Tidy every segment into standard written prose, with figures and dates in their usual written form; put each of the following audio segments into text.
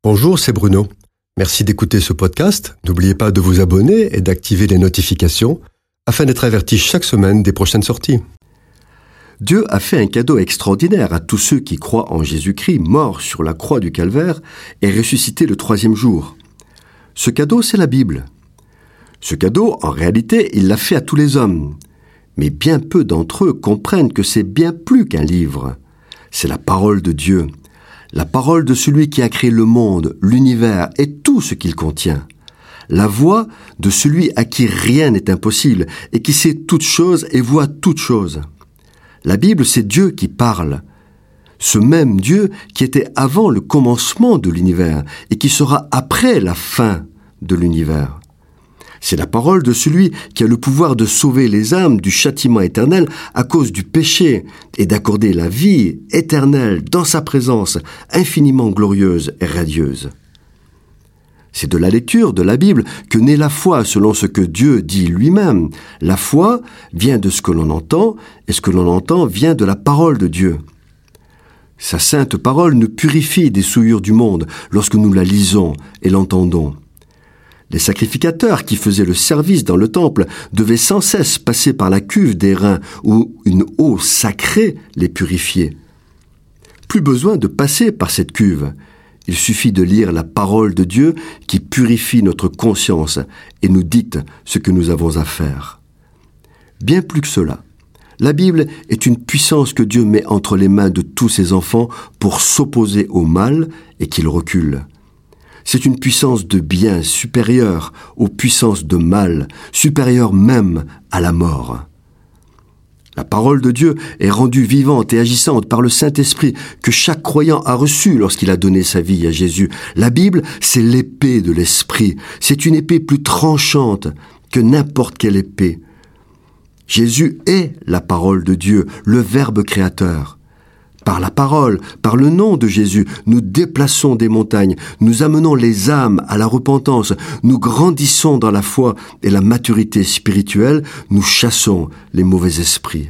Bonjour, c'est Bruno. Merci d'écouter ce podcast. N'oubliez pas de vous abonner et d'activer les notifications afin d'être averti chaque semaine des prochaines sorties. Dieu a fait un cadeau extraordinaire à tous ceux qui croient en Jésus-Christ, mort sur la croix du Calvaire et ressuscité le 3e jour. Ce cadeau, c'est la Bible. Ce cadeau, en réalité, il l'a fait à tous les hommes. Mais bien peu d'entre eux comprennent que c'est bien plus qu'un livre. C'est la parole de Dieu. La parole de celui qui a créé le monde, l'univers et tout ce qu'il contient. La voix de celui à qui rien n'est impossible et qui sait toutes choses et voit toutes choses. La Bible, c'est Dieu qui parle. Ce même Dieu qui était avant le commencement de l'univers et qui sera après la fin de l'univers. C'est la parole de celui qui a le pouvoir de sauver les âmes du châtiment éternel à cause du péché et d'accorder la vie éternelle dans sa présence infiniment glorieuse et radieuse. C'est de la lecture de la Bible que naît la foi selon ce que Dieu dit lui-même. La foi vient de ce que l'on entend et ce que l'on entend vient de la parole de Dieu. Sa sainte parole nous purifie des souillures du monde lorsque nous la lisons et l'entendons. Les sacrificateurs qui faisaient le service dans le temple devaient sans cesse passer par la cuve d'airain où une eau sacrée les purifiait. Plus besoin de passer par cette cuve. Il suffit de lire la parole de Dieu qui purifie notre conscience et nous dicte ce que nous avons à faire. Bien plus que cela, la Bible est une puissance que Dieu met entre les mains de tous ses enfants pour s'opposer au mal et qu'il recule. C'est une puissance de bien supérieure aux puissances de mal, supérieure même à la mort. La parole de Dieu est rendue vivante et agissante par le Saint-Esprit que chaque croyant a reçu lorsqu'il a donné sa vie à Jésus. La Bible, c'est l'épée de l'Esprit. C'est une épée plus tranchante que n'importe quelle épée. Jésus est la parole de Dieu, le Verbe créateur. Par la parole, par le nom de Jésus, nous déplaçons des montagnes, nous amenons les âmes à la repentance, nous grandissons dans la foi et la maturité spirituelle, nous chassons les mauvais esprits.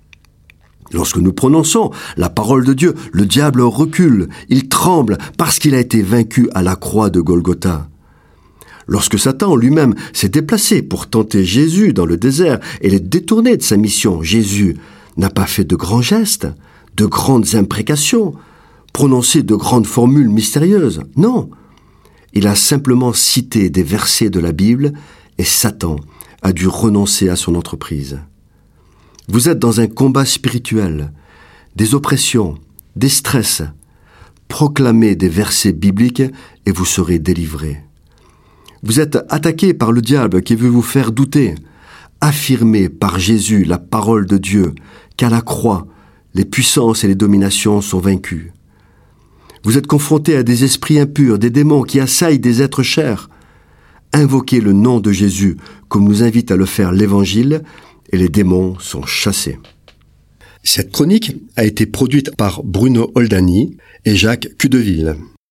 Lorsque nous prononçons la parole de Dieu, le diable recule, il tremble parce qu'il a été vaincu à la croix de Golgotha. Lorsque Satan lui-même s'est déplacé pour tenter Jésus dans le désert et les détourner de sa mission, Jésus n'a pas fait de grands gestes, de grandes imprécations, prononcé de grandes formules mystérieuses. Non, il a simplement cité des versets de la Bible et Satan a dû renoncer à son entreprise. Vous êtes dans un combat spirituel, des oppressions, des stress. Proclamez des versets bibliques et vous serez délivrés. Vous êtes attaqué par le diable qui veut vous faire douter. Affirmez par Jésus la parole de Dieu qu'à la croix, les puissances et les dominations sont vaincues. Vous êtes confronté à des esprits impurs, des démons qui assaillent des êtres chers. Invoquez le nom de Jésus, comme nous invite à le faire l'Évangile, et les démons sont chassés. Cette chronique a été produite par Bruno Oldani et Jacques Cudeville.